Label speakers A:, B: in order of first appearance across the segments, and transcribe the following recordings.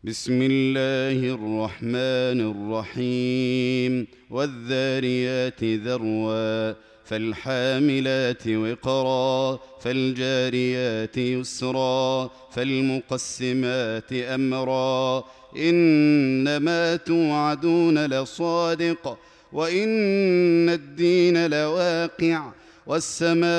A: بسم الله الرحمن الرحيم والذاريات ذروا فالحاملات وقرا فالجاريات يسرا فالمقسمات أمرا إنما توعدون لصادق وإن الدين لواقع والسماء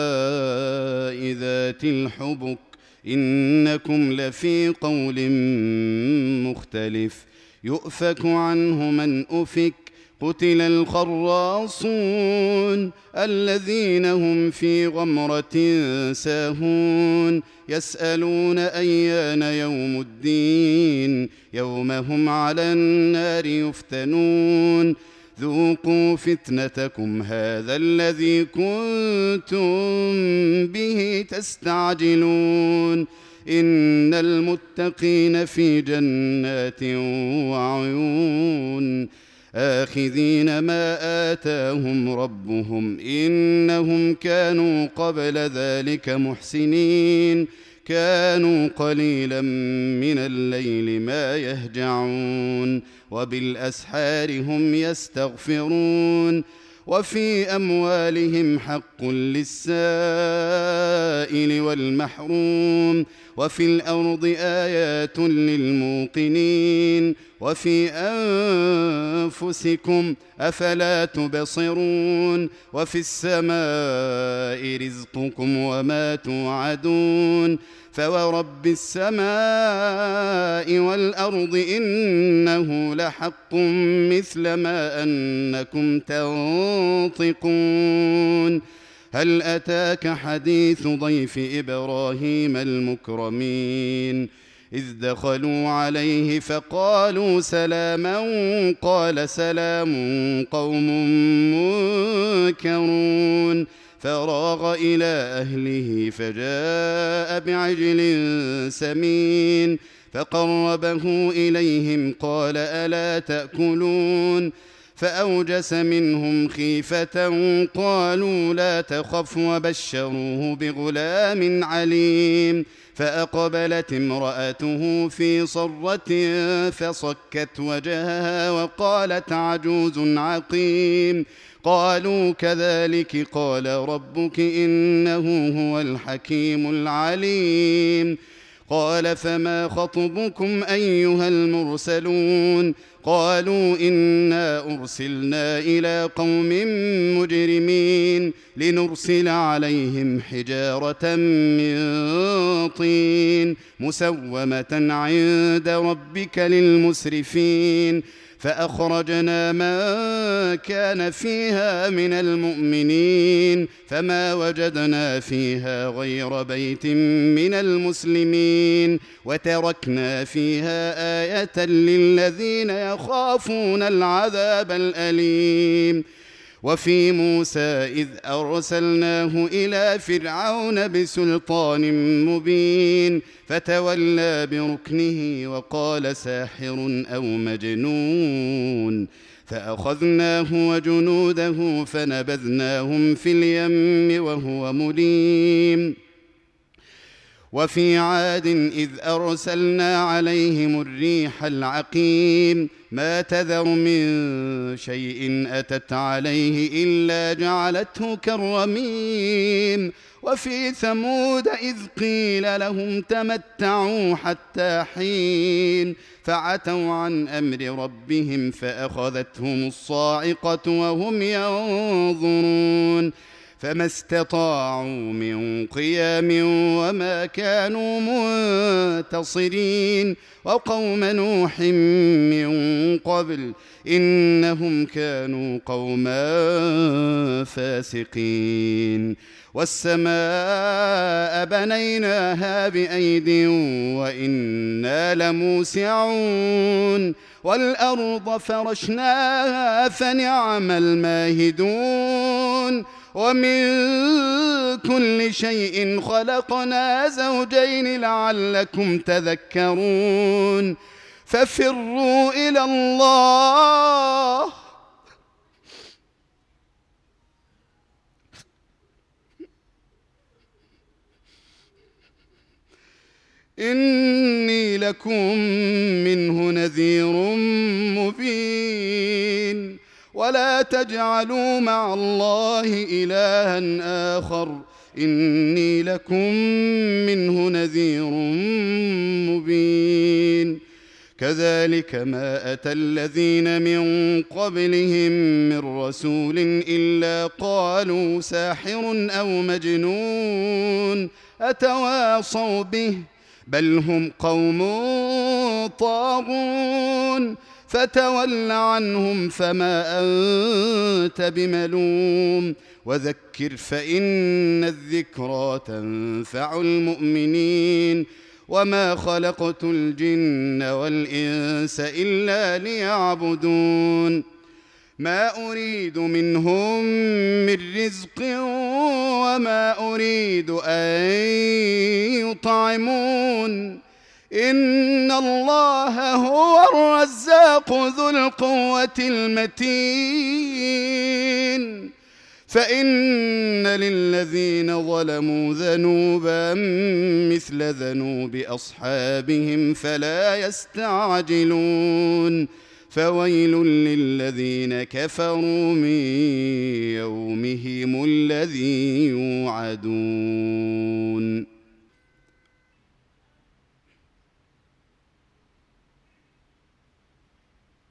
A: ذات الحبك إنكم لفي قول مختلف يؤفك عنه من أفك قتل الخراصون الذين هم في غمرة ساهون يسألون أيان يوم الدين يوم هم على النار يفتنون ذوقوا فتنتكم هذا الذي كنتم به تستعجلون إن المتقين في جنات وعيون آخذين ما آتاهم ربهم إنهم كانوا قبل ذلك محسنين كانوا قليلا من الليل ما يهجعون وبالأسحار هم يستغفرون وفي أموالهم حق للسائل والمحروم وفي الأرض آيات للموقنين وفي أنفسكم أفلا تبصرون وفي السماء رزقكم وما توعدون فورب السماء والأرض إنه لحق مثل ما أنكم تنطقون هل أتاك حديث ضيف إبراهيم المكرمين إذ دخلوا عليه فقالوا سلاما قال سلام قوم منكرون فراغ إلى أهله فجاء بعجل سمين فقربه إليهم قال ألا تأكلون فأوجس منهم خيفة قالوا لا تخف وبشروه بغلام عليم فأقبلت امرأته في صرة فصكت وجهها وقالت عجوز عقيم قالوا كذلك قال ربك إنه هو الحكيم العليم قال فما خطبكم أيها المرسلون قالوا إنا أرسلنا إلى قوم مجرمين لنرسل عليهم حجارة من طين مسومة عند ربك للمسرفين فأخرجنا من كان فيها من المؤمنين فما وجدنا فيها غير بيت من المسلمين وتركنا فيها آية للذين يخافون العذاب الأليم وفي موسى إذ أرسلناه إلى فرعون بسلطان مبين فتولى بركنه وقال ساحر أو مجنون فأخذناه وجنوده فنبذناهم في اليم وهو مليم وفي عاد إذ أرسلنا عليهم الريح العقيم ما تذر من شيء أتت عليه إلا جعلته كالرميم وفي ثمود إذ قيل لهم تمتعوا حتى حين فعتوا عن أمر ربهم فأخذتهم الصاعقة وهم ينظرون فما استطاعوا من قيام وما كانوا منتصرين وقوم نوح من قبل إنهم كانوا قوما فاسقين والسماء بنيناها بأيد وإنا لموسعون والأرض فرشناها فنعم الماهدون ومن كل شيء خلقنا زوجين لعلكم تذكرون ففروا إلى الله إني لكم منه نذير مبين ولا تجعلوا مع الله إلها آخر إني لكم منه نذير مبين كذلك ما أتى الذين من قبلهم من رسول إلا قالوا ساحر أو مجنون أتواصوا به بل هم قوم طاغون فتول عنهم فما أنت بملوم وذكر فإن الذكرى تنفع المؤمنين وما خلقت الجن والإنس إلا ليعبدون ما أريد منهم من رزق وما أريد أن يطعمون إن الله هو الرزاق ذو القوة المتين فإن للذين ظلموا ذنوبا مثل ذنوب أصحابهم فلا يستعجلون فويل للذين كفروا من يومهم الذي يوعدون